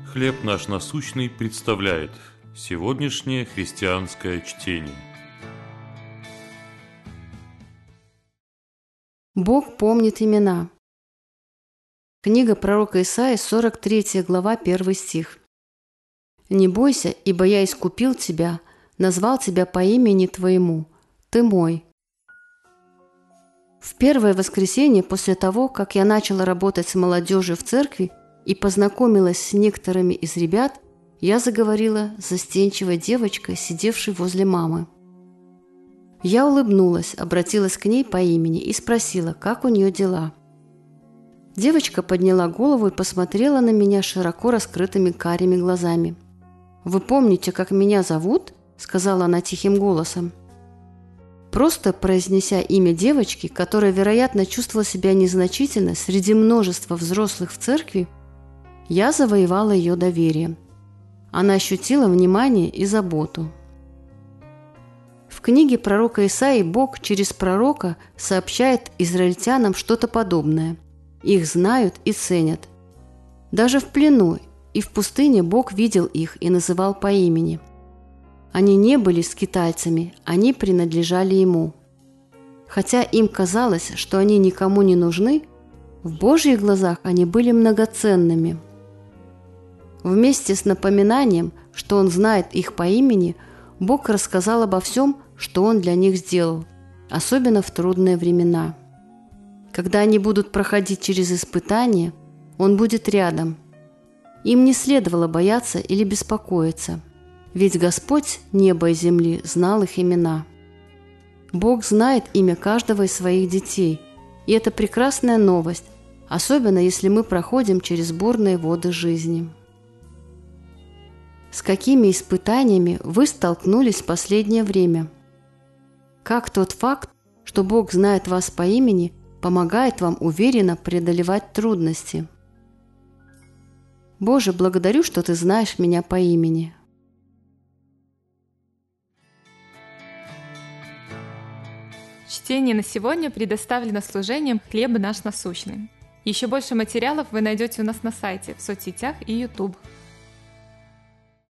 «Хлеб наш насущный» представляет сегодняшнее христианское чтение. Бог помнит имена. Книга пророка Исаии, 43 глава, 1 стих. «Не бойся, ибо я искупил тебя, назвал тебя по имени твоему, ты мой». В первое воскресенье после того, как я начала работать с молодежью в церкви и познакомилась с некоторыми из ребят, я заговорила с застенчивой девочкой, сидевшей возле мамы. Я улыбнулась, обратилась к ней по имени и спросила, как у нее дела. Девочка подняла голову и посмотрела на меня широко раскрытыми карими глазами. «Вы помните, как меня зовут?» – сказала она тихим голосом. Просто произнеся имя девочки, которая, вероятно, чувствовала себя незначительно среди множества взрослых в церкви, я завоевала ее доверие. Она ощутила внимание и заботу. В книге пророка Исаии Бог через пророка сообщает израильтянам что-то подобное. Их знают и ценят. Даже в плену и в пустыне Бог видел их и называл по имени. Они не были скитальцами, они принадлежали Ему. Хотя им казалось, что они никому не нужны, в Божьих глазах они были многоценными. Вместе с напоминанием, что Он знает их по имени, Бог рассказал обо всем, что Он для них сделал, особенно в трудные времена. Когда они будут проходить через испытания, Он будет рядом. Им не следовало бояться или беспокоиться, ведь Господь неба и земли знал их имена. Бог знает имя каждого из своих детей, и это прекрасная новость, особенно если мы проходим через бурные воды жизни. С какими испытаниями вы столкнулись в последнее время? Как тот факт, что Бог знает вас по имени, помогает вам уверенно преодолевать трудности? Боже, благодарю, что Ты знаешь меня по имени. Чтение на сегодня предоставлено служением «Хлеб наш насущный». Еще больше материалов вы найдете у нас на сайте, в соцсетях и YouTube.